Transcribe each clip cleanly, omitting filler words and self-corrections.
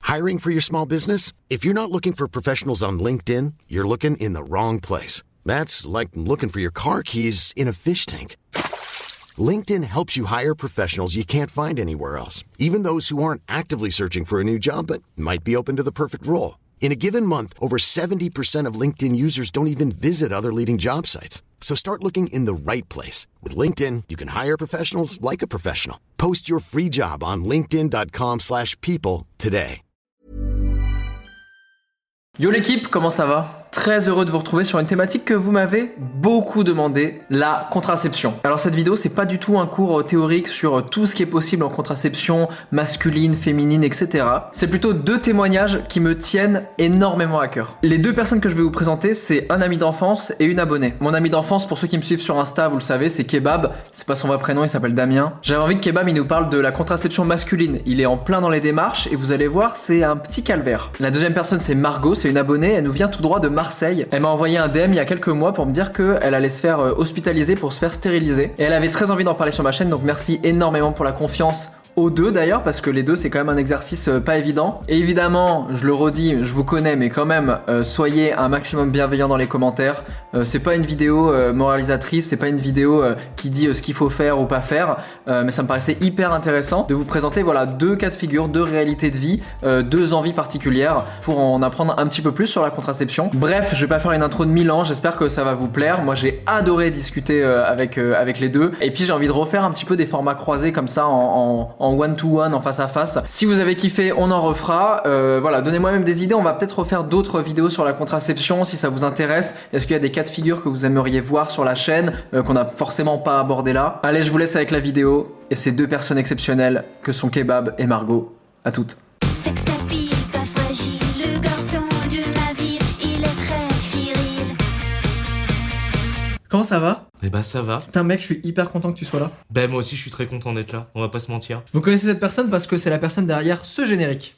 Hiring for your small business? If you're not looking for professionals on LinkedIn, you're looking in the wrong place. That's like looking for your car keys in a fish tank. LinkedIn helps you hire professionals you can't find anywhere else, even those who aren't actively searching for a new job but might be open to the perfect role. In a given month, over 70% of LinkedIn users don't even visit other leading job sites. So start looking in the right place. With LinkedIn, you can hire professionals like a professional. Post your free job on linkedin.com/people today. Yo l'équipe, comment ça va ? Très heureux de vous retrouver sur une thématique que vous m'avez beaucoup demandé, la contraception. Alors cette vidéo, c'est pas du tout un cours théorique sur tout ce qui est possible en contraception masculine, féminine, etc. C'est plutôt deux témoignages qui me tiennent énormément à cœur. Les deux personnes que je vais vous présenter, c'est un ami d'enfance et une abonnée. Mon ami d'enfance, pour ceux qui me suivent sur Insta, vous le savez, c'est Kebab. C'est pas son vrai prénom, il s'appelle Damien. J'avais envie que Kebab, il nous parle de la contraception masculine. Il est en plein dans les démarches et vous allez voir, c'est un petit calvaire. La deuxième personne, c'est Margot, c'est une abonnée, elle nous vient tout droit de Marseille. Elle m'a envoyé un DM il y a quelques mois pour me dire qu'elle allait se faire hospitaliser pour se faire stériliser. Et elle avait très envie d'en parler sur ma chaîne, donc merci énormément pour la confiance aux deux d'ailleurs, parce que les deux c'est quand même un exercice pas évident. Et évidemment, je le redis, je vous connais, mais quand même, soyez un maximum bienveillants dans les commentaires. C'est pas une vidéo moralisatrice, c'est pas une vidéo qui dit ce qu'il faut faire ou pas faire, mais ça me paraissait hyper intéressant de vous présenter voilà deux cas de figure, deux réalités de vie, deux envies particulières pour en apprendre un petit peu plus sur la contraception. Bref, je vais pas faire une intro de 1000 ans, j'espère que ça va vous plaire. Moi j'ai adoré discuter avec les deux, et puis j'ai envie de refaire un petit peu des formats croisés comme ça en one-to-one, en face à face. Si vous avez kiffé, on en refera. Voilà, donnez-moi même des idées, on va peut-être refaire d'autres vidéos sur la contraception si ça vous intéresse. Est-ce qu'il y a des cas de figure que vous aimeriez voir sur la chaîne qu'on n'a forcément pas abordé là? Allez, je vous laisse avec la vidéo et ces deux personnes exceptionnelles que sont Kebab et Margot. À toutes. Sex tapis, pas fragile, le garçon de ma ville, il est très viril. Comment ça va? Eh bah ça va. Putain mec, je suis hyper content que tu sois là. Ben moi aussi je suis très content d'être là, on va pas se mentir. Vous connaissez cette personne parce que c'est la personne derrière ce générique.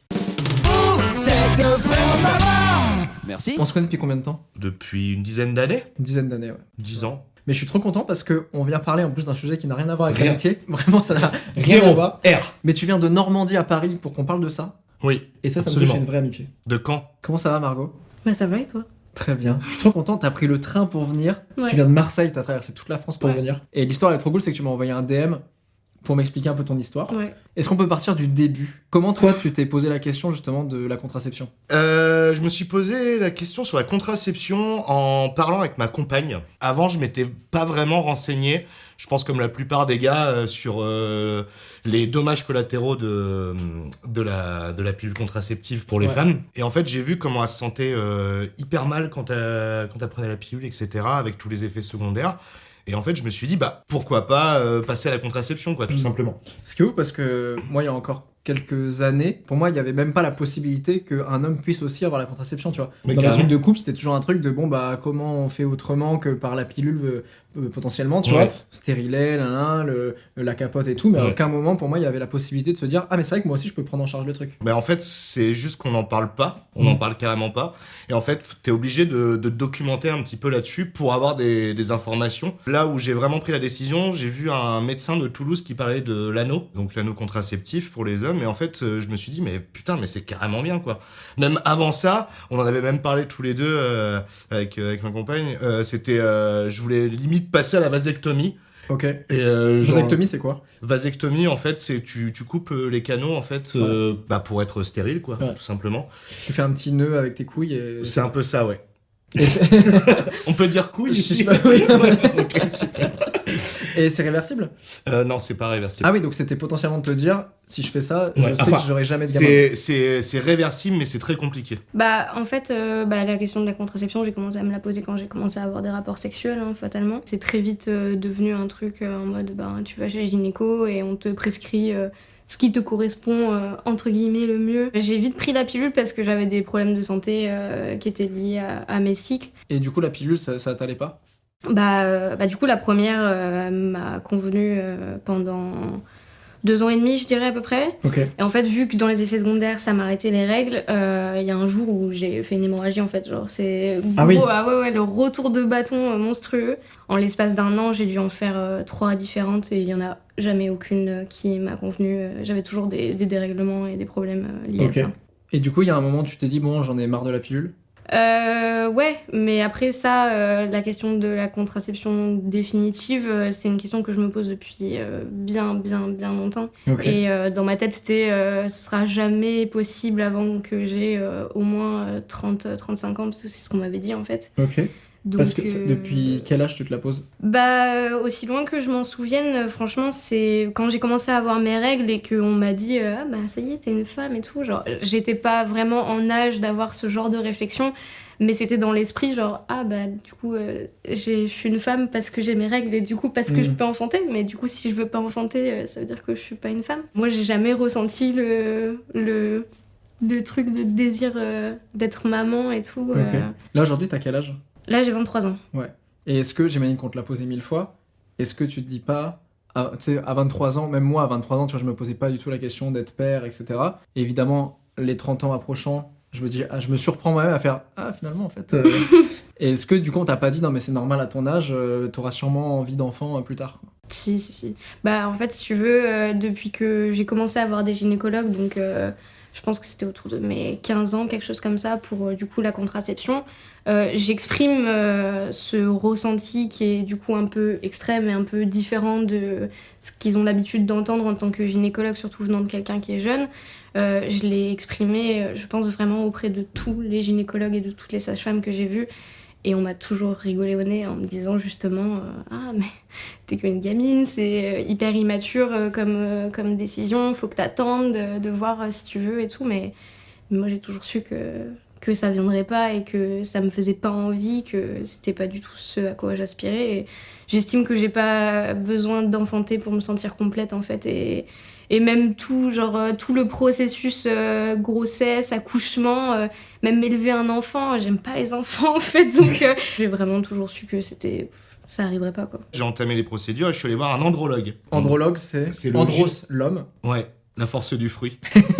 C'est vraiment ça va. Merci. On se connaît depuis combien de temps? Depuis une dizaine d'années. Une dizaine d'années, ouais. 10 ans. Mais je suis trop content parce qu'on vient parler en plus d'un sujet qui n'a rien à voir avec Rien. l'amitié. Vraiment, ça n'a rien Zéro. à voir. R. Mais tu viens de Normandie à Paris pour qu'on parle de ça. Oui. Et ça me absolument. touche à une vraie amitié. De quand? Comment ça va, Margot? Bah ça va et toi? Très bien. Je suis trop content, t'as pris le train pour venir. Ouais. Tu viens de Marseille, t'as traversé toute la France pour Ouais. venir. Et l'histoire elle est trop cool, c'est que tu m'as envoyé un DM pour m'expliquer un peu ton histoire. Ouais. Est-ce qu'on peut partir du début? Comment toi tu t'es posé la question justement de la contraception? Je me suis posé la question sur la contraception en parlant avec ma compagne. Avant je m'étais pas vraiment renseigné, je pense comme la plupart des gars, sur les dommages collatéraux de la pilule contraceptive pour les Ouais. femmes. Et en fait j'ai vu comment elle se sentait hyper mal quand elle prenait la pilule, etc. avec tous les effets secondaires. Et en fait, je me suis dit, bah, pourquoi pas passer à la contraception, quoi, tout simplement. Ce qui est ouf parce que moi il y a encore quelques années, pour moi il n'y avait même pas la possibilité qu'un homme puisse aussi avoir la contraception, tu vois. Mais Dans les carrément. trucs de couple, c'était toujours un truc de bon bah comment on fait autrement que par la pilule potentiellement, tu Ouais. vois, stérilet, la capote et tout, mais à Ouais. aucun moment pour moi il y avait la possibilité de se dire ah mais c'est vrai que moi aussi je peux prendre en charge le truc. Mais en fait, c'est juste qu'on n'en parle pas, on Mm. n'en parle carrément pas. Et en fait, t'es obligé de te documenter un petit peu là-dessus pour avoir des informations. Là où j'ai vraiment pris la décision, j'ai vu un médecin de Toulouse qui parlait de l'anneau, donc l'anneau contraceptif pour les hommes. Et en fait, je me suis dit, mais putain, mais c'est carrément bien, quoi. Même avant ça, on en avait même parlé tous les deux avec ma compagne. C'était, je voulais limite passer à la vasectomie. Ok. Et genre, Vasectomie c'est quoi? vasectomie, en fait, c'est tu coupes les canaux, en fait, bah, pour être stérile, quoi, Ouais. tout simplement. Tu fais un petit nœud avec tes couilles et... C'est un peu ça, ouais. Et c'est... On peut dire couille Je sais ici. pas, oui. Ouais, ok, super. et c'est réversible? Non, c'est pas réversible. Ah oui, donc c'était potentiellement de te dire si je fais ça, Ouais, je sais enfin, que j'aurai jamais de gamin. c'est réversible, mais c'est très compliqué. Bah en fait, la question de la contraception, j'ai commencé à me la poser quand j'ai commencé à avoir des rapports sexuels, hein, fatalement. C'est très vite devenu un truc en mode, bah tu vas chez le gynéco et on te prescrit ce qui te correspond entre guillemets le mieux. J'ai vite pris la pilule parce que j'avais des problèmes de santé qui étaient liés à mes cycles. Et du coup la pilule ça t'allait pas? Du coup la première m'a convenu pendant 2 ans et demi, je dirais à peu près. Ok. Et en fait, vu que dans les effets secondaires, ça m'arrêtait les règles, il y a un jour où j'ai fait une hémorragie en fait. Genre, c'est gros, Ah oui. ouais, le retour de bâton monstrueux. En l'espace d'1 an, j'ai dû en faire 3 différentes et il y en a jamais aucune qui m'a convenu. J'avais toujours des dérèglements et des problèmes liés Ok. à ça. Et du coup, il y a un moment, tu t'es dit, bon, j'en ai marre de la pilule. Ouais, mais après ça, la question de la contraception définitive, c'est une question que je me pose depuis bien longtemps. Ok. Et dans ma tête, c'était ce sera jamais possible avant que j'ai au moins 35 ans, parce que c'est ce qu'on m'avait dit en fait. Ok. Donc, Parce que depuis quel âge tu te la poses? Bah, aussi loin que je m'en souvienne, franchement, c'est quand j'ai commencé à avoir mes règles et qu'on m'a dit ah bah ça y est, t'es une femme et tout. Genre, j'étais pas vraiment en âge d'avoir ce genre de réflexion, mais c'était dans l'esprit, genre ah bah du coup, je suis une femme parce que j'ai mes règles et du coup parce que je peux enfanter, mais du coup, si je veux pas enfanter, ça veut dire que je suis pas une femme. Moi, j'ai jamais ressenti le truc de désir d'être maman et tout. Ok. Là, aujourd'hui, t'as quel âge? Là, j'ai 23 ans. Ouais. Et est-ce que, j'imagine qu'on te l'a posé 1000 fois, est-ce que tu te dis pas, tu sais, à 23 ans, même moi à 23 ans, tu vois, je me posais pas du tout la question d'être père, etc. Et évidemment, les 30 ans approchant, je me dis, je me surprends moi-même à faire, finalement, en fait. Et est-ce que, du coup, on t'a pas dit, non, mais c'est normal à ton âge, t'auras sûrement envie d'enfant plus tard, quoi. Si. Bah, en fait, si tu veux, depuis que j'ai commencé à avoir des gynécologues, donc je pense que c'était autour de mes 15 ans, quelque chose comme ça, pour du coup la contraception. J'exprime ce ressenti qui est du coup un peu extrême et un peu différent de ce qu'ils ont l'habitude d'entendre en tant que gynécologue, surtout venant de quelqu'un qui est jeune. Je l'ai exprimé, je pense, vraiment auprès de tous les gynécologues et de toutes les sages-femmes que j'ai vues. Et on m'a toujours rigolé au nez en me disant justement ah mais t'es qu'une gamine, c'est hyper immature comme décision, faut que t'attendes de voir si tu veux et tout. Mais moi j'ai toujours su que ça viendrait pas et que ça me faisait pas envie, que c'était pas du tout ce à quoi j'aspirais. Et j'estime que j'ai pas besoin d'enfanter pour me sentir complète en fait. Et même tout le processus grossesse, accouchement, même m'élever un enfant, j'aime pas les enfants en fait. Donc j'ai vraiment toujours su que ça arriverait pas quoi. J'ai entamé les procédures et je suis allé voir un andrologue. Andrologue, c'est le Andros, l'homme. Ouais, la force du fruit.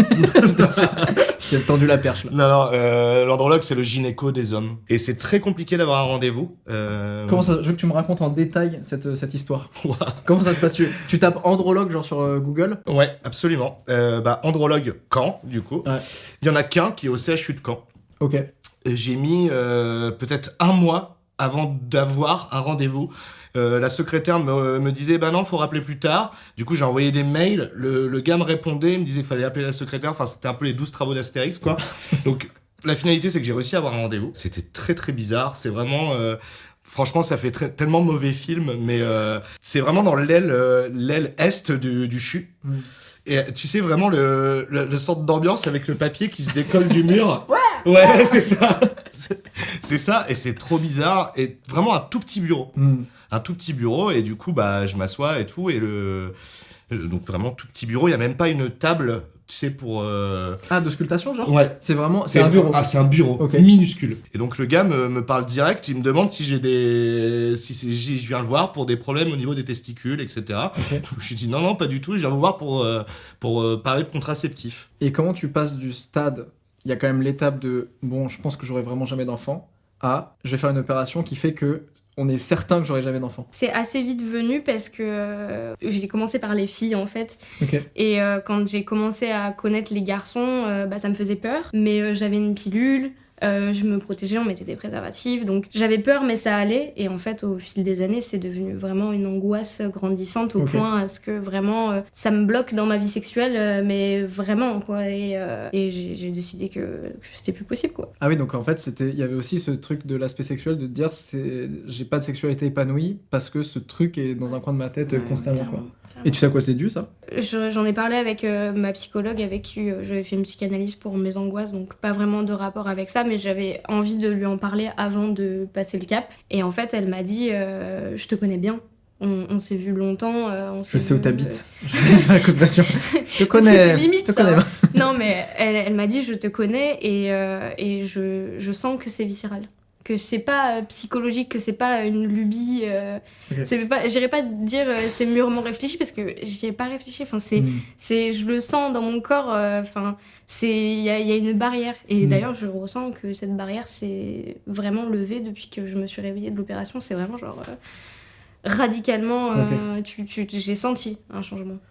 J'ai tendu la perche là. Non, l'andrologue, c'est le gynéco des hommes. Et c'est très compliqué d'avoir un rendez-vous. Comment ça, je veux que tu me racontes en détail cette histoire. Comment ça se passe? Tu tapes andrologue genre sur Google? Ouais, absolument. Andrologue Caen, du coup. Ouais. Il y en a qu'un qui est au CHU de Caen. Ok. J'ai mis peut-être un mois avant d'avoir un rendez-vous. La secrétaire me disait bah non, faut rappeler plus tard. Du coup j'ai envoyé des mails, le gars me répondait, il me disait qu'il fallait appeler la secrétaire, enfin c'était un peu les 12 travaux d'Astérix quoi. Donc la finalité c'est que j'ai réussi à avoir un rendez-vous. C'était très très bizarre, c'est vraiment franchement ça fait tellement mauvais film, mais c'est vraiment dans l'aile est du CHU. Et tu sais vraiment le sorte d'ambiance avec le papier qui se décolle du mur. Ouais, c'est ça. C'est ça, et c'est trop bizarre. Et vraiment un tout petit bureau. Un tout petit bureau, et du coup, je m'assois et tout. Et donc vraiment tout petit bureau, il n'y a même pas une table, tu sais, pour... d'auscultation, genre? Ouais. C'est vraiment... C'est un bureau. Ah, c'est un bureau, okay. Minuscule. Et donc le gars me parle direct, il me demande si je viens le voir pour des problèmes au niveau des testicules, etc. Okay. Je lui dis non, pas du tout, je viens vous voir pour parler de contraceptif. Et comment tu passes du stade, il y a quand même l'étape de bon, je pense que j'aurai vraiment jamais d'enfant, à je vais faire une opération qui fait que on est certain que j'aurai jamais d'enfant? C'est assez vite venu parce que j'ai commencé par les filles en fait. Okay. Et quand j'ai commencé à connaître les garçons, ça me faisait peur. Mais j'avais une pilule, je me protégeais, on mettait des préservatifs. Donc j'avais peur mais ça allait. Et en fait au fil des années c'est devenu vraiment une angoisse grandissante au point à ce que vraiment ça me bloque dans ma vie sexuelle. Mais vraiment quoi. Et j'ai décidé que c'était plus possible quoi. Ah oui, donc en fait il y avait aussi ce truc de l'aspect sexuel de te dire j'ai pas de sexualité épanouie parce que ce truc est dans un coin de ma tête constamment quoi. Et tu sais à quoi c'est dû ça? J'en ai parlé avec ma psychologue avec qui j'avais fait une psychanalyse pour mes angoisses, donc pas vraiment de rapport avec ça, mais j'avais envie de lui en parler avant de passer le cap. Et en fait, elle m'a dit je te connais bien. On s'est vu longtemps. Je sais où t'habites. La coopération. Je te connais. C'est limite je te ça. Connais. Non, mais elle m'a dit je te connais et je sens que c'est viscéral. Que c'est pas psychologique, que c'est pas une lubie. J'irais pas dire c'est mûrement réfléchi parce que j'y ai pas réfléchi. Enfin, je le sens dans mon corps. Il y a une barrière. Et d'ailleurs, je ressens que cette barrière s'est vraiment levée depuis que je me suis réveillée de l'opération. C'est vraiment genre radicalement. J'ai senti un changement.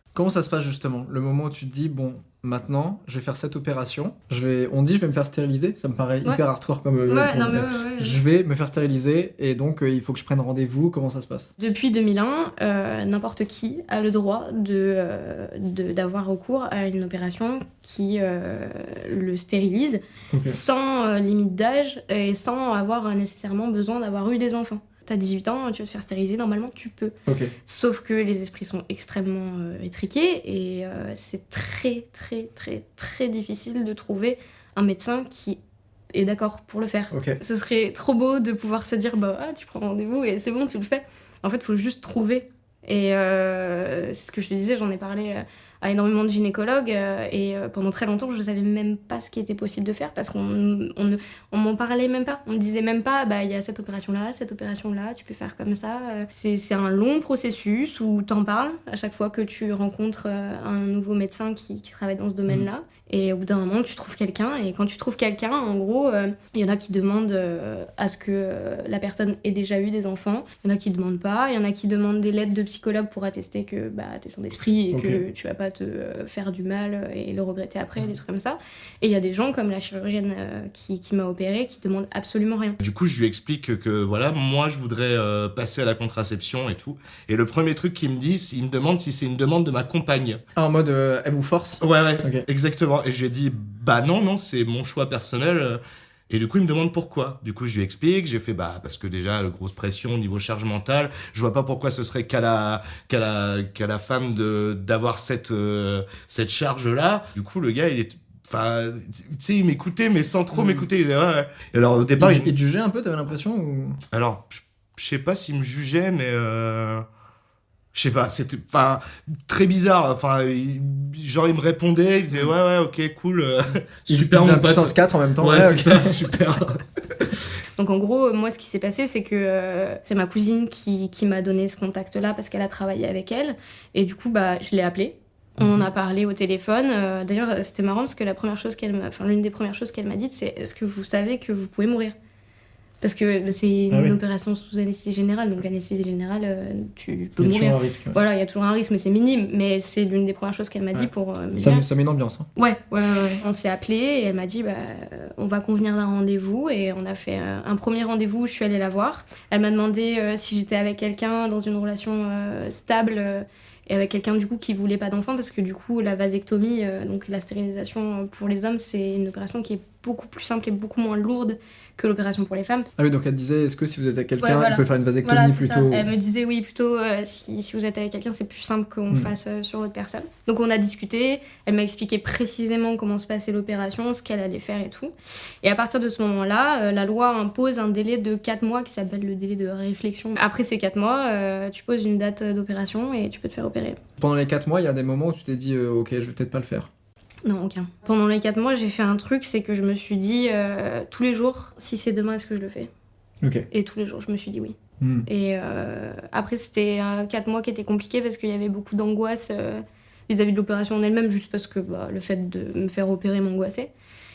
Comment ça se passe justement? Le moment où tu te dis, bon, maintenant, je vais faire cette opération, on dit je vais me faire stériliser, ça me paraît hyper hardcore comme... Je vais me faire stériliser et donc il faut que je prenne rendez-vous, comment ça se passe? Depuis 2001, n'importe qui a le droit d'avoir recours à une opération qui le stérilise sans limite d'âge et sans avoir nécessairement besoin d'avoir eu des enfants. T'as 18 ans, tu veux te faire stériliser, normalement tu peux. Sauf que les esprits sont extrêmement étriqués et c'est très très très très difficile de trouver un médecin qui est d'accord pour le faire. Ce serait trop beau de pouvoir se dire tu prends rendez-vous et c'est bon, tu le fais. En fait, il faut juste trouver. Et c'est ce que je te disais, j'en ai parlé à énormément de gynécologues et pendant très longtemps, je ne savais même pas ce qui était possible de faire parce qu'on m'en parlait même pas. On me disait même pas, il y a cette opération-là, tu peux faire comme ça. C'est un long processus où t'en parles à chaque fois que tu rencontres un nouveau médecin qui travaille dans ce domaine-là. Et au bout d'un moment, tu trouves quelqu'un. Et quand tu trouves quelqu'un, en gros, il y en a qui demandent à ce que la personne ait déjà eu des enfants. Il y en a qui demandent pas. Il y en a qui demandent des lettres de psychologue pour attester que t'es sans d'esprit et que tu vas pas te faire du mal et le regretter après, des trucs comme ça. Et il y a des gens comme la chirurgienne qui m'a opérée qui demandent absolument rien. Du coup, je lui explique que voilà, moi, je voudrais passer à la contraception et tout. Et le premier truc qu'il me dit, il me demande si c'est une demande de ma compagne. Ah, en mode, elle vous force? Ouais, exactement. Et je lui ai dit, non, c'est mon choix personnel. Et du coup, il me demande pourquoi. Du coup, je lui explique, j'ai fait, parce que déjà, grosse pression au niveau charge mentale, je vois pas pourquoi ce serait qu'à la femme d'avoir cette charge-là. Du coup, le gars, il m'écoutait, mais sans trop m'écouter. Il disait, ouais. Et alors, au départ, il te jugeait un peu, t'avais l'impression ou... Alors, je sais pas s'il me jugeait, mais je sais pas, c'était très bizarre. Il me répondait, il faisait ouais, ok, cool, super, mon pote. Puissance 4 en même temps. Ouais, c'est ça, super. Donc en gros, moi, ce qui s'est passé, c'est que c'est ma cousine qui m'a donné ce contact-là parce qu'elle a travaillé avec elle. Et du coup, je l'ai appelée. On en a parlé au téléphone. D'ailleurs, c'était marrant parce que l'une des premières choses qu'elle m'a dites, c'est: est-ce que vous savez que vous pouvez mourir? Parce que c'est une opération sous anesthésie générale, donc anesthésie générale, tu peux mourir. Il y a toujours un risque. Voilà, il y a toujours un risque, mais c'est minime. Mais c'est l'une des premières choses qu'elle m'a dit pour me dire. Ça met une ambiance. Hein. Ouais. On s'est appelé et elle m'a dit, on va convenir d'un rendez-vous. Et on a fait un premier rendez-vous, je suis allée la voir. Elle m'a demandé si j'étais avec quelqu'un dans une relation stable et avec quelqu'un du coup qui voulait pas d'enfant, parce que du coup la vasectomie, donc la stérilisation pour les hommes, c'est une opération qui est beaucoup plus simple et beaucoup moins lourde que l'opération pour les femmes. Ah oui, donc elle disait, est-ce que si vous êtes avec quelqu'un, il peut faire une vasectomie plutôt... Ça. Elle me disait oui, plutôt si vous êtes avec quelqu'un, c'est plus simple qu'on fasse sur l'autre personne. Donc on a discuté, elle m'a expliqué précisément comment se passait l'opération, ce qu'elle allait faire et tout. Et à partir de ce moment-là, la loi impose un délai de 4 mois qui s'appelle le délai de réflexion. Après ces 4 mois, tu poses une date d'opération et tu peux te faire opérer. Pendant les 4 mois, il y a des moments où tu t'es dit ok, je vais peut-être pas le faire. Non, aucun. Pendant les 4 mois, j'ai fait un truc, c'est que je me suis dit, tous les jours, si c'est demain, est-ce que je le fais ? Et tous les jours, je me suis dit oui. Et après, c'était 4 mois qui étaient compliqués parce qu'il y avait beaucoup d'angoisse vis-à-vis de l'opération en elle-même, juste parce que le fait de me faire opérer m'angoissait.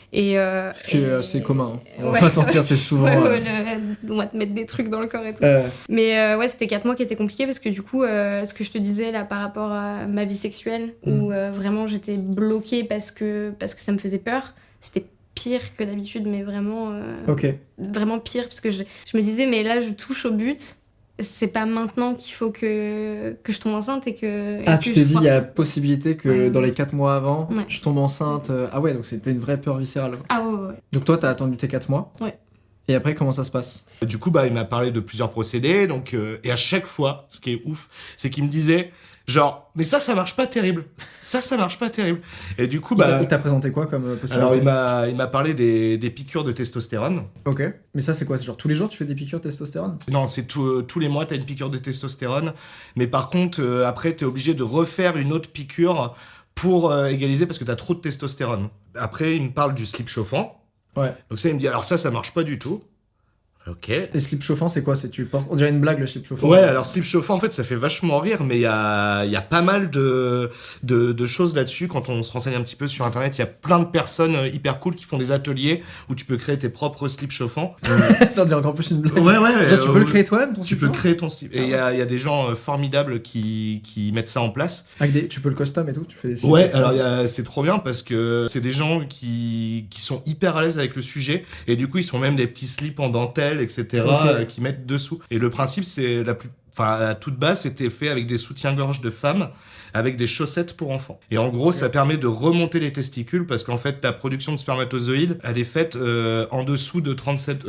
C'est commun, hein. On va pas sortir, c'est souvent... on va te mettre des trucs dans le corps et tout. Mais c'était 4 mois qui étaient compliqués parce que du coup, ce que je te disais là par rapport à ma vie sexuelle, où vraiment j'étais bloquée parce que ça me faisait peur, c'était pire que d'habitude, mais vraiment, vraiment pire, parce que je me disais, mais là je touche au but. C'est pas maintenant qu'il faut que je tombe enceinte et que... tu t'es dit, il y a possibilité que dans les 4 mois avant, je tombe enceinte. Ah ouais, donc c'était une vraie peur viscérale. Ah ouais. Donc toi, t'as attendu tes 4 mois. Ouais. Et après, comment ça se passe ? Du coup, il m'a parlé de plusieurs procédés. Donc, et à chaque fois, ce qui est ouf, c'est qu'il me disait... Genre, mais ça marche pas terrible. Ça marche pas terrible. Et du coup, il t'a présenté quoi comme possibilité ? Alors, il m'a parlé des piqûres de testostérone. Ok. Mais ça, c'est quoi ? C'est genre tous les jours, tu fais des piqûres de testostérone ? Non, c'est tous les mois, t'as une piqûre de testostérone. Mais par contre, après, t'es obligé de refaire une autre piqûre pour égaliser parce que t'as trop de testostérone. Après, il me parle du slip chauffant. Ouais. Donc ça, il me dit, alors ça marche pas du tout. Ok. Et slip chauffant, c'est quoi? C'est tu portes... On dirait une blague, le slip chauffant. Ouais, alors slip chauffant, en fait, ça fait vachement rire, mais il y a pas mal de choses là-dessus. Quand on se renseigne un petit peu sur Internet, il y a plein de personnes hyper cool qui font des ateliers où tu peux créer tes propres slips chauffants. Ça devient encore plus une blague. Ouais. Genre, tu peux le créer toi-même, ton Tu slip peux chauffant créer ton slip. Et il y a des gens formidables qui mettent ça en place. Tu peux le custom et tout, tu fais des slips Ouais, custom. alors c'est trop bien parce que c'est des gens qui sont hyper à l'aise avec le sujet et du coup ils font même des petits slips en dentelle, etc. Ok. Qui mettent dessous. Et le principe c'est à toute base c'était fait avec des soutiens-gorge de femmes avec des chaussettes pour enfants. Et en gros ça permet de remonter les testicules parce qu'en fait la production de spermatozoïdes elle est faite en dessous de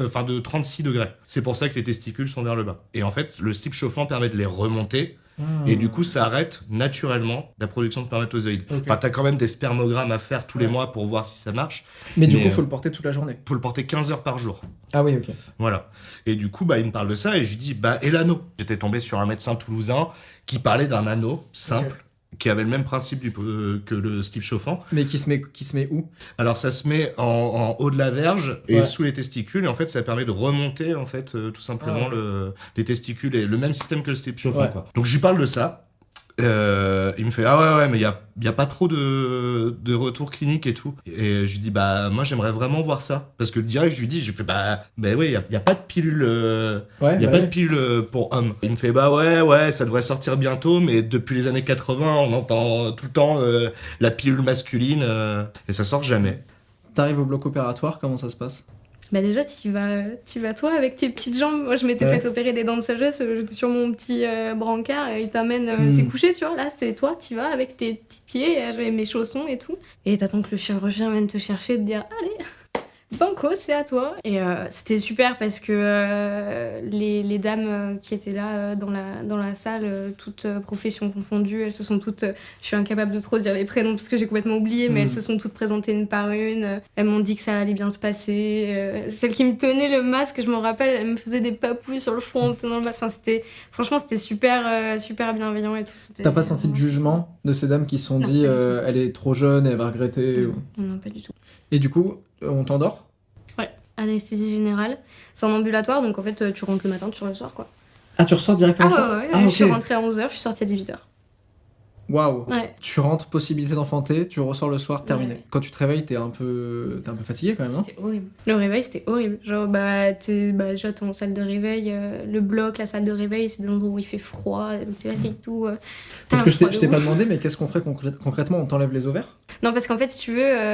36 degrés. C'est pour ça que les testicules sont vers le bas. Et en fait le slip chauffant permet de les remonter. Et du coup, ça arrête naturellement la production de spermatozoïdes. Ok. Enfin, t'as quand même des spermogrammes à faire tous les mois pour voir si ça marche. Mais du Mais, coup, faut le porter toute la journée. Faut le porter 15 heures par jour. Ah oui, ok. Voilà. Et du coup, il me parle de ça et je lui dis, et l'anneau? J'étais tombé sur un médecin toulousain qui parlait d'un anneau simple, qui avait le même principe que le slip chauffant. Mais qui se met où? Alors, ça se met en haut de la verge et Ouais. sous les testicules. Et en fait, ça permet de remonter, en fait, tout simplement les testicules. Et le même système que le slip chauffant, Ouais. quoi. Donc, je lui parle de ça. Il me fait ouais mais il y a pas trop de retours cliniques et tout, et je lui dis moi j'aimerais vraiment voir ça parce que direct je lui fais ouais il y a pas de pilule il y a pas de pilule pour hommes. Il me fait ouais ça devrait sortir bientôt, mais depuis les années 80 on entend tout le temps la pilule masculine et ça sort jamais. T'arrives au bloc opératoire, comment ça se passe? Bah déjà, tu vas toi avec tes petites jambes. Moi, je m'étais fait opérer des dents de sagesse. J'étais sur mon petit brancard et ils t'amènent t'es couché, tu vois. Là, c'est toi, tu vas avec tes petits pieds. J'avais mes chaussons et tout. Et t'attends que le chirurgien vienne te chercher et te dire allez, banco, c'est à toi. Et c'était super parce que les dames qui étaient là dans la salle, toutes professions confondues, elles se sont toutes... je suis incapable de trop dire les prénoms parce que j'ai complètement oublié, mais elles se sont toutes présentées une par une. Elles m'ont dit que ça allait bien se passer. Celle qui me tenait le masque, je m'en rappelle, elle me faisait des papouilles sur le front en me tenant le masque. Enfin, franchement, c'était super bienveillant et tout. T'as pas senti de jugement de ces dames qui se sont dit elle est trop jeune, elle va regretter Non, pas du tout. Et du coup, on t'endort? Ouais, anesthésie générale. C'est en ambulatoire, donc en fait, tu rentres le matin, tu ressors le soir, quoi. Ah, tu ressors directement? Ouais, ok. Je suis rentrée à 11h, je suis sortie à 18h. Waouh. Ouais. Tu rentres, possibilité d'enfanter, tu ressors le soir, terminé. Ouais. Quand tu te réveilles, t'es un peu fatigué quand même, non? C'était horrible. Le réveil, c'était horrible. Genre, déjà, t'es en salle de réveil, le bloc, la salle de réveil, c'est des endroits où il fait froid, donc t'es là, et tout. Parce que je t'ai pas demandé, mais qu'est-ce qu'on ferait concrètement? On t'enlève les ovaires? Non, parce qu'en fait, si tu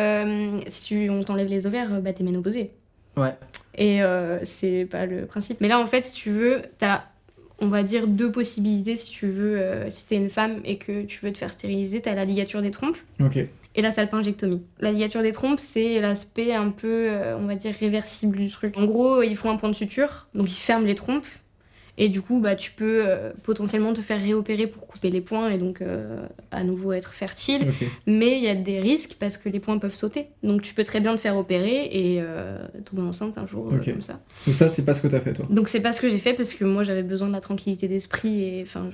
veux, on t'enlève les ovaires, t'es ménopausée. Ouais. Et c'est pas le principe. Mais là, en fait, si tu veux, t'as, on va dire, deux possibilités. Si tu veux, si t'es une femme et que tu veux te faire stériliser, t'as la ligature des trompes Ok. et la salpingectomie. La ligature des trompes, c'est l'aspect un peu, on va dire, réversible du truc. En gros, ils font un point de suture, donc ils ferment les trompes. Et du coup, tu peux potentiellement te faire réopérer pour couper les points et donc à nouveau être fertile. Ok. Mais il y a des risques parce que les points peuvent sauter. Donc tu peux très bien te faire opérer et tomber enceinte un jour Ok. comme ça. Donc ça, c'est pas ce que t'as fait, toi? Donc c'est pas ce que j'ai fait parce que moi j'avais besoin de la tranquillité d'esprit et enfin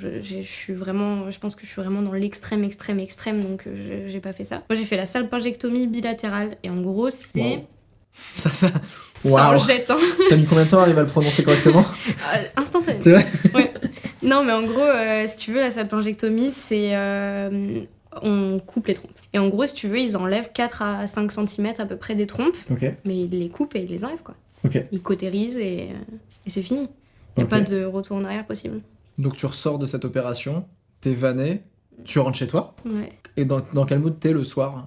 je pense que je suis vraiment dans l'extrême donc j'ai pas fait ça. Moi j'ai fait la salpingectomie bilatérale et en gros c'est... Wow. Ça... Ça en Waouh. jette, hein. T'as mis combien de temps à arriver à le prononcer correctement? Instantané. C'est vrai? Ouais. Non, mais en gros, si tu veux, la salpingectomie, c'est... on coupe les trompes. Et en gros, si tu veux, ils enlèvent 4 à 5 cm à peu près des trompes, Ok. mais ils les coupent et ils les enlèvent, quoi. Ok. Ils cautérisent et c'est fini. Il n'y a Ok. pas de retour en arrière possible. Donc tu ressors de cette opération, t'es vanné, tu rentres chez toi, Ouais. et dans quel mood t'es le soir?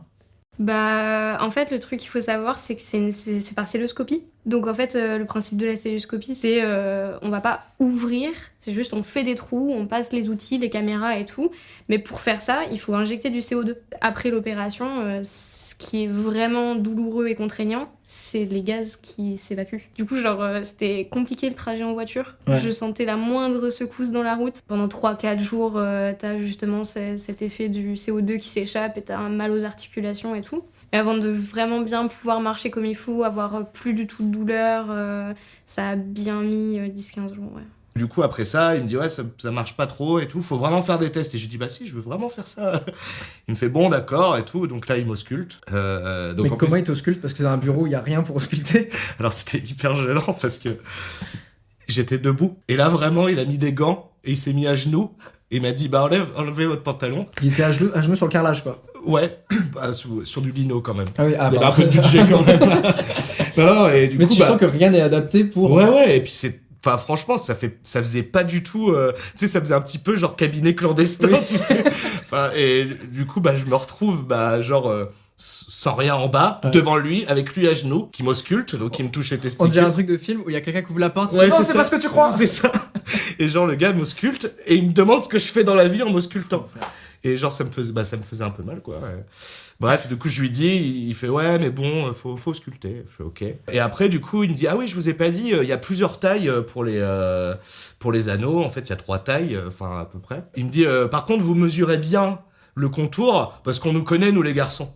En fait, le truc qu'il faut savoir, c'est que c'est par celluloscopie. Donc, en fait, le principe de la celluloscopie, c'est on va pas ouvrir, c'est juste on fait des trous, on passe les outils, les caméras et tout. Mais pour faire ça, il faut injecter du CO2. Après l'opération, ce qui est vraiment douloureux et contraignant, c'est les gaz qui s'évacuent. Du coup, c'était compliqué le trajet en voiture. Ouais. Je sentais la moindre secousse dans la route. Pendant 3-4 jours, t'as justement cet effet du CO2 qui s'échappe et t'as un mal aux articulations et tout. Et avant de vraiment bien pouvoir marcher comme il faut, avoir plus du tout de douleur, ça a bien mis 10-15 jours, ouais. Du coup, après ça, il me dit ouais, ça marche pas trop et tout, faut vraiment faire des tests. Et je lui dis bah si, je veux vraiment faire ça. Il me fait bon, d'accord et tout. Donc là, il m'ausculte. Mais comment il t'ausculte? Parce que c'est un bureau où il y a rien pour ausculter. Alors c'était hyper gênant parce que j'étais debout. Et là, vraiment, il a mis des gants et il s'est mis à genoux. Et il m'a dit bah enlevez votre pantalon. Il était à genoux sur le carrelage, quoi. Ouais, sur du lino quand même. Ah oui, il y avait un peu de budget quand même. non, et du mais coup, tu sens que rien n'est adapté pour... Ouais, et puis Enfin, franchement, ça faisait pas du tout... tu sais, ça faisait un petit peu genre cabinet clandestin, oui. Tu sais. Enfin, et du coup, je me retrouve, sans rien en bas, devant lui, avec lui à genoux, qui m'ausculte, donc qui me touche les testicules. On dirait un truc de film où il y a quelqu'un qui ouvre la porte. Ouais, c'est pas ce que tu crois. C'est ça. Et genre, le gars m'ausculte, et il me demande ce que je fais dans la vie en m'auscultant. Et genre, ça me faisait un peu mal, quoi. Ouais. Bref, du coup, je lui dis, il fait ouais, mais bon, faut ausculter. Je fais ok. Et après, du coup, il me dit ah oui, je vous ai pas dit, il y a plusieurs tailles pour les anneaux. En fait, il y a 3 tailles, à peu près. Il me dit par contre, vous mesurez bien le contour parce qu'on nous connaît, nous les garçons.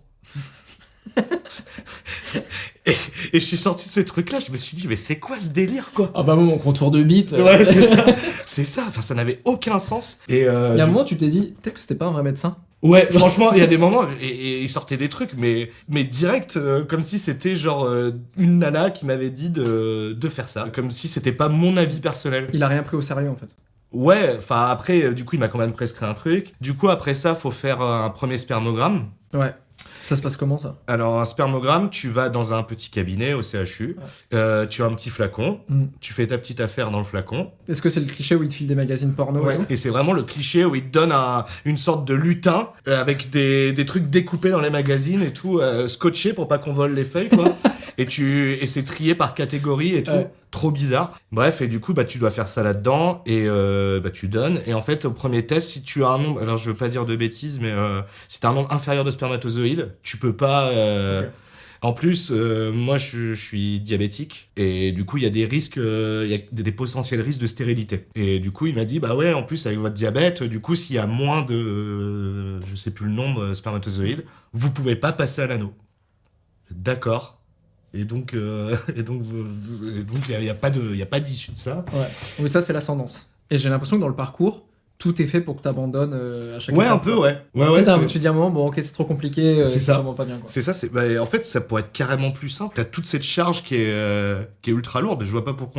Et je suis sorti de ce truc-là, je me suis dit, mais c'est quoi ce délire, quoi? Ah bah bon, mon contour de bite. Ouais, c'est ça. C'est ça. Enfin, ça n'avait aucun sens. Et il y a un moment, tu t'es dit, peut-être que c'était pas un vrai médecin. Ouais, franchement, il y a des moments, et il sortait des trucs, mais direct, comme si c'était genre une nana qui m'avait dit de faire ça. Comme si c'était pas mon avis personnel. Il a rien pris au sérieux, en fait. Ouais, enfin après, du coup, il m'a quand même prescrit un truc. Du coup, après ça, faut faire un premier spermogramme. Ouais. Ça se passe comment, ça? Alors, un spermogramme, tu vas dans un petit cabinet au CHU, tu as un petit flacon, tu fais ta petite affaire dans le flacon. Est-ce que c'est le cliché où il te file des magazines porno? Ouais. Et c'est vraiment le cliché où il te donne une sorte de lutin avec des trucs découpés dans les magazines et tout, scotchés pour pas qu'on vole les feuilles, quoi. et c'est trié par catégorie et tout. Ouais. Trop bizarre. Bref, et du coup, tu dois faire ça là-dedans et tu donnes. Et en fait, au premier test, si tu as un nombre, alors je veux pas dire de bêtises, mais si tu as un nombre inférieur de spermatozoïdes, tu peux pas... Okay. En plus, moi, je suis diabétique et du coup, il y a des risques, il y a des potentiels risques de stérilité. Et du coup, il m'a dit, bah ouais, en plus, avec votre diabète, du coup, s'il y a moins de, je sais plus le nombre, spermatozoïdes, vous pouvez pas passer à l'anneau. D'accord. Et donc, il y a pas d'issue de ça. Ouais. Oui, ça, c'est l'ascendance. Et j'ai l'impression que dans le parcours, tout est fait pour que t'abandonnes à chaque étape. Ouais, étape, un peu, quoi. Ouais. Tu dis à un moment, bon, ok, c'est trop compliqué, c'est sûrement pas bien, quoi. C'est ça, en fait, ça pourrait être carrément plus simple. T'as toute cette charge qui est ultra lourde. Je vois pas pourquoi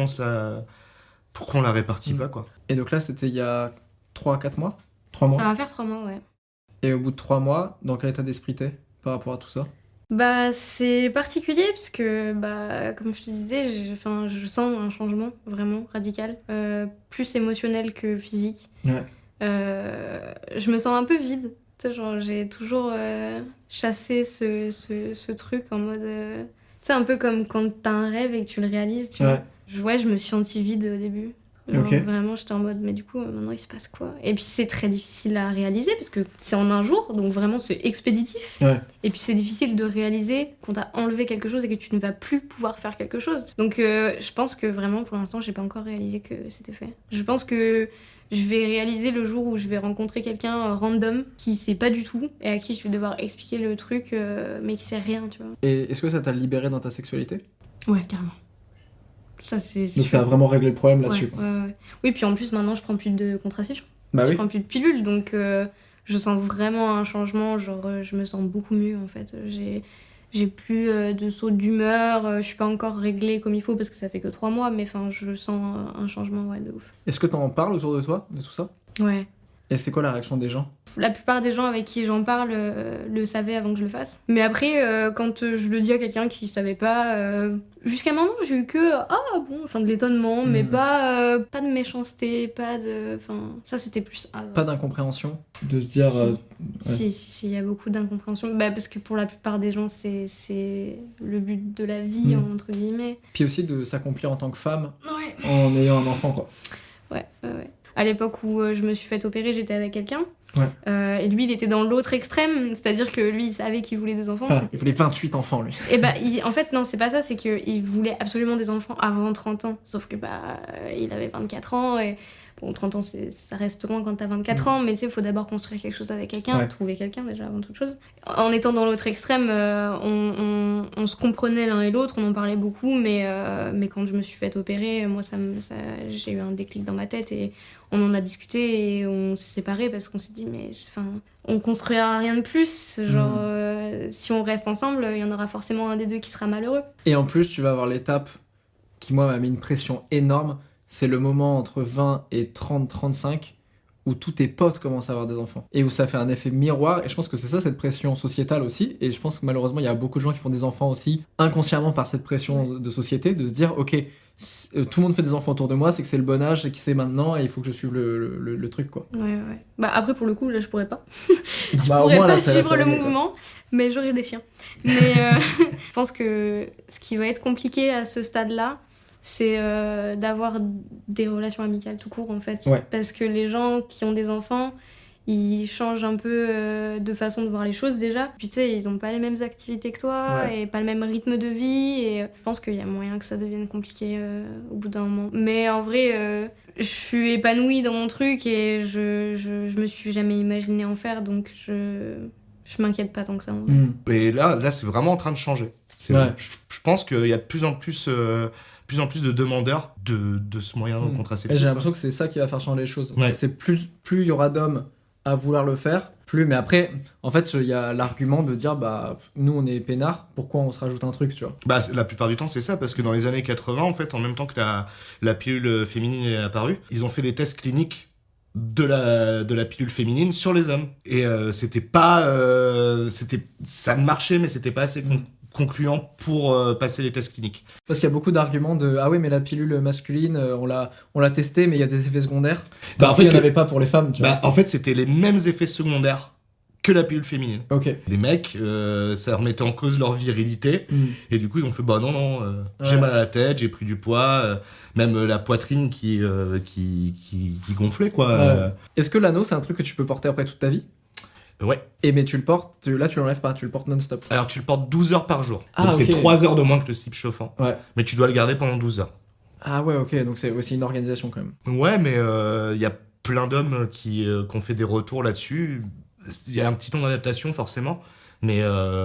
on la répartit pas, quoi. Et donc là, c'était il y a 3-4 mois 3 mois. Ça va faire 3 mois, ouais. Et au bout de 3 mois, dans quel état d'esprit t'es par rapport à tout ça? C'est particulier parce que, comme je te disais, je sens un changement vraiment radical, plus émotionnel que physique. Ouais. Je me sens un peu vide. Tu sais, genre, j'ai toujours chassé ce truc en mode... tu sais, un peu comme quand t'as un rêve et que tu le réalises, tu vois. Ouais, je me suis sentie vide au début. Genre, vraiment, j'étais en mode, mais du coup, maintenant, il se passe quoi? Et puis, c'est très difficile à réaliser parce que c'est en un jour, donc vraiment, c'est expéditif. Ouais. Et puis, c'est difficile de réaliser qu'on t'a enlevé quelque chose et que tu ne vas plus pouvoir faire quelque chose. Donc, je pense que vraiment, pour l'instant, j'ai pas encore réalisé que c'était fait. Je pense que je vais réaliser le jour où je vais rencontrer quelqu'un random qui sait pas du tout et à qui je vais devoir expliquer le truc, mais qui sait rien, tu vois. Et est-ce que ça t'a libéré dans ta sexualité? Ouais, carrément. Ça, c'est donc sûr. Ça a vraiment réglé le problème là-dessus. Ouais. Oui, puis en plus maintenant je prends plus de contraception. Je prends plus de pilules, donc je sens vraiment un changement. Genre je me sens beaucoup mieux en fait. J'ai plus de saut d'humeur. Je suis pas encore réglée comme il faut parce que ça fait que 3 mois, mais enfin je sens un changement de ouf. Est-ce que t'en parles autour de toi de tout ça? Ouais. Et c'est quoi la réaction des gens? La plupart des gens avec qui j'en parle le savaient avant que je le fasse. Mais après, quand je le dis à quelqu'un qui savait pas, jusqu'à maintenant, j'ai eu que de l'étonnement, mais pas de méchanceté, pas de... Enfin, ça, c'était plus... Pas d'incompréhension? De se dire... Si, il y a beaucoup d'incompréhension. Parce que pour la plupart des gens, c'est le but de la vie, entre guillemets. Puis aussi de s'accomplir en tant que femme, en ayant un enfant, quoi. Ouais. À l'époque où je me suis fait opérer, j'étais avec quelqu'un. Ouais. Et lui, il était dans l'autre extrême, c'est-à-dire que lui, il savait qu'il voulait des enfants. Il voulait 28 enfants, lui. Et en fait, non, c'est pas ça, c'est qu'il voulait absolument des enfants avant 30 ans. Sauf que, il avait 24 ans et Bon, 30 ans, ça reste loin quand t'as 24 ans, mais tu sais, il faut d'abord construire quelque chose avec quelqu'un, trouver quelqu'un déjà avant toute chose. En étant dans l'autre extrême, on se comprenait l'un et l'autre, on en parlait beaucoup, mais quand je me suis fait opérer, moi, j'ai eu un déclic dans ma tête et on en a discuté et on s'est séparés parce qu'on s'est dit, mais on construira rien de plus. Genre, si on reste ensemble, il y en aura forcément un des deux qui sera malheureux. Et en plus, tu vas avoir l'étape qui, moi, m'a mis une pression énorme. C'est le moment entre 20 et 30-35 où tous tes potes commencent à avoir des enfants. Et où ça fait un effet miroir. Et je pense que c'est ça, cette pression sociétale aussi. Et je pense que malheureusement, il y a beaucoup de gens qui font des enfants aussi inconsciemment par cette pression de société, de se dire, ok, tout le monde fait des enfants autour de moi, c'est que c'est le bon âge, c'est que c'est maintenant, et il faut que je suive le truc, quoi. Ouais. Bah après, pour le coup, là, je pourrais pas. Je Bah, pourrais moins, pas là, ça suivre le va, quoi. mouvement, mais j'aurais des chiens. Mais je pense que ce qui va être compliqué à ce stade-là, c'est d'avoir des relations amicales tout court, en fait. Ouais. Parce que les gens qui ont des enfants, ils changent un peu de façon de voir les choses déjà. Puis tu sais, ils ont pas les mêmes activités que toi et pas le même rythme de vie. Et je pense qu'il y a moyen que ça devienne compliqué au bout d'un moment. Mais en vrai, je suis épanouie dans mon truc et je me suis jamais imaginée en faire. Donc je m'inquiète pas tant que ça. En vrai. Et là, c'est vraiment en train de changer. Je pense qu'il y a de plus en plus de demandeurs de ce moyen contraceptif. Et j'ai l'impression que c'est ça qui va faire changer les choses. Ouais. C'est plus il y aura d'hommes à vouloir le faire, plus. Mais après, en fait, il y a l'argument de dire, bah, nous, on est peinards, pourquoi on se rajoute un truc, tu vois. Bah, la plupart du temps, c'est ça, parce que dans les années 80, en fait, en même temps que la pilule féminine est apparue, ils ont fait des tests cliniques de la pilule féminine sur les hommes. Et ça marchait, mais c'était pas assez concluant pour passer les tests cliniques. Parce qu'il y a beaucoup d'arguments de ah oui, mais la pilule masculine, on l'a testée, mais il y a des effets secondaires. Bah, en fait, il n'y en avait pas pour les femmes, tu vois. Bah, en fait, c'était les mêmes effets secondaires que la pilule féminine. Ok. Les mecs, ça remettait en cause leur virilité. Et du coup, ils ont fait bah non, j'ai mal à la tête, j'ai pris du poids, même la poitrine qui gonflait, quoi. Ouais. Est-ce que l'anneau, c'est un truc que tu peux porter après toute ta vie ? Ouais. Et mais tu le portes, là tu l'enlèves pas, tu le portes non-stop. Alors tu le portes 12 heures par jour. Ah, donc c'est ok. 3 heures de moins que le slip chauffant. Ouais. Mais tu dois le garder pendant 12 heures. Ah ouais, ok, donc c'est aussi une organisation quand même. Ouais, mais il y a plein d'hommes qui ont fait des retours là-dessus. Il y a un petit temps d'adaptation forcément, mais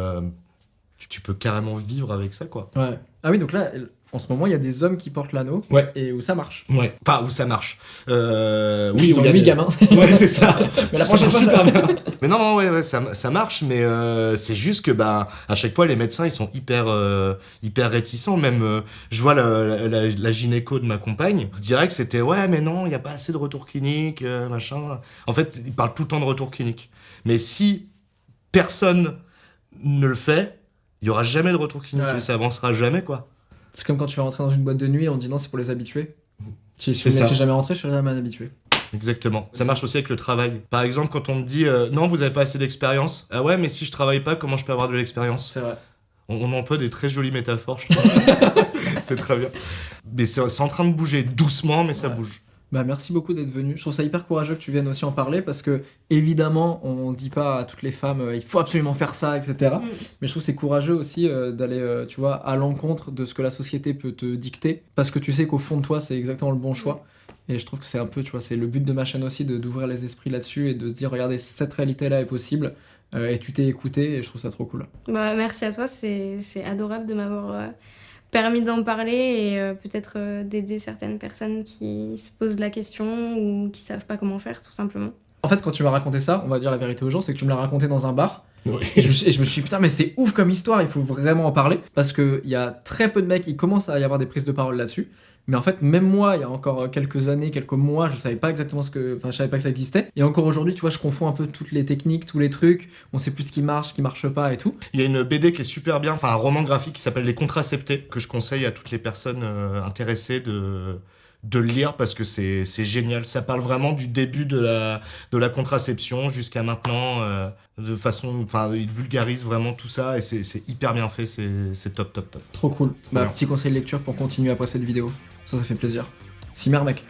tu peux carrément vivre avec ça, quoi. Ouais. Ah oui, donc là, en ce moment, il y a des hommes qui portent l'anneau. Ouais. Et où ça marche. Ouais. Enfin, où ça marche. Oui, Ils où ont il y a 8 des- gamins. Ouais, c'est ça. Mais la Ça prochaine marche fois, super bien. Mais non, ouais, ça marche, mais c'est juste que bah à chaque fois les médecins ils sont hyper réticents. Même je vois la gynéco de ma compagne, direct c'était ouais mais non, il y a pas assez de retours cliniques, machin. En fait, ils parlent tout le temps de retours cliniques. Mais si personne ne le fait, il y aura jamais de retour clinique et ça avancera jamais, quoi. C'est comme quand tu vas rentrer dans une boîte de nuit et on te dit non, c'est pour les habitués. Si je C'est ne ça. laissais jamais rentrer, je serais jamais un habitué. Exactement. Ça marche aussi avec le travail. Par exemple, quand on me dit non, vous avez pas assez d'expérience. Ah ouais, mais si je travaille pas, comment je peux avoir de l'expérience ? C'est vrai. On emploie des très jolies métaphores, je trouve. C'est très bien. Mais c'est en train de bouger doucement, mais ça bouge. Bah merci beaucoup d'être venu. Je trouve ça hyper courageux que tu viennes aussi en parler parce que évidemment on dit pas à toutes les femmes il faut absolument faire ça, etc. Mais je trouve que c'est courageux aussi d'aller tu vois à l'encontre de ce que la société peut te dicter parce que tu sais qu'au fond de toi c'est exactement le bon choix. Et je trouve que c'est un peu, tu vois, c'est le but de ma chaîne aussi d'ouvrir les esprits là-dessus et de se dire regardez, cette réalité-là est possible et tu t'es écouté et je trouve ça trop cool. Bah, merci à toi, c'est adorable de m'avoir permis d'en parler et peut-être d'aider certaines personnes qui se posent la question ou qui savent pas comment faire, tout simplement. En fait, quand tu m'as raconté ça, on va dire la vérité aux gens, c'est que tu me l'as raconté dans un bar. Oui. Et je me suis dit, putain, mais c'est ouf comme histoire, il faut vraiment en parler. Parce qu'il y a très peu de mecs, il commence à y avoir des prises de parole là-dessus. Mais en fait, même moi, il y a encore quelques années, quelques mois, je savais pas exactement je savais pas que ça existait. Et encore aujourd'hui, tu vois, je confonds un peu toutes les techniques, tous les trucs. On sait plus ce qui marche pas et tout. Il y a une BD qui est super bien, enfin un roman graphique qui s'appelle Les Contraceptés, que je conseille à toutes les personnes intéressées de le lire parce que c'est génial. Ça parle vraiment du début de la contraception jusqu'à maintenant, de façon, enfin, il vulgarise vraiment tout ça et c'est hyper bien fait, c'est top. Trop cool. Bah, Voilà. petit conseil de lecture pour continuer après cette vidéo. Ça fait plaisir. Cimer, mec.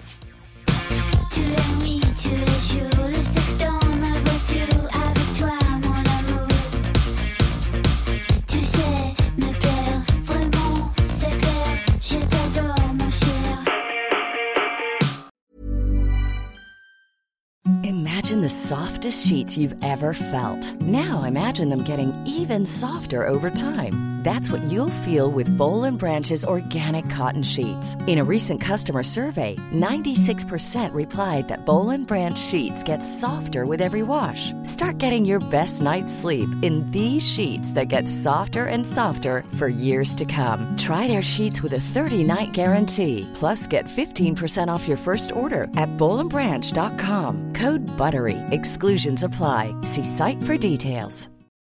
Tous les nuits, tous les jours, le sexe dans ma voiture, avec toi, mon amour. Tu sais, me plaire, vraiment, c'est clair, je t'adore, mon cher. the softest sheets you've ever felt. Now imagine them getting even softer over time. That's what you'll feel with Boll & Branch's organic cotton sheets. In a recent customer survey, 96% replied that Boll & Branch sheets get softer with every wash. Start getting your best night's sleep in these sheets that get softer and softer for years to come. Try their sheets with a 30-night guarantee. Plus, get 15% off your first order at bollandbranch.com. Code BUTTERY. Exclusions apply. See site for details.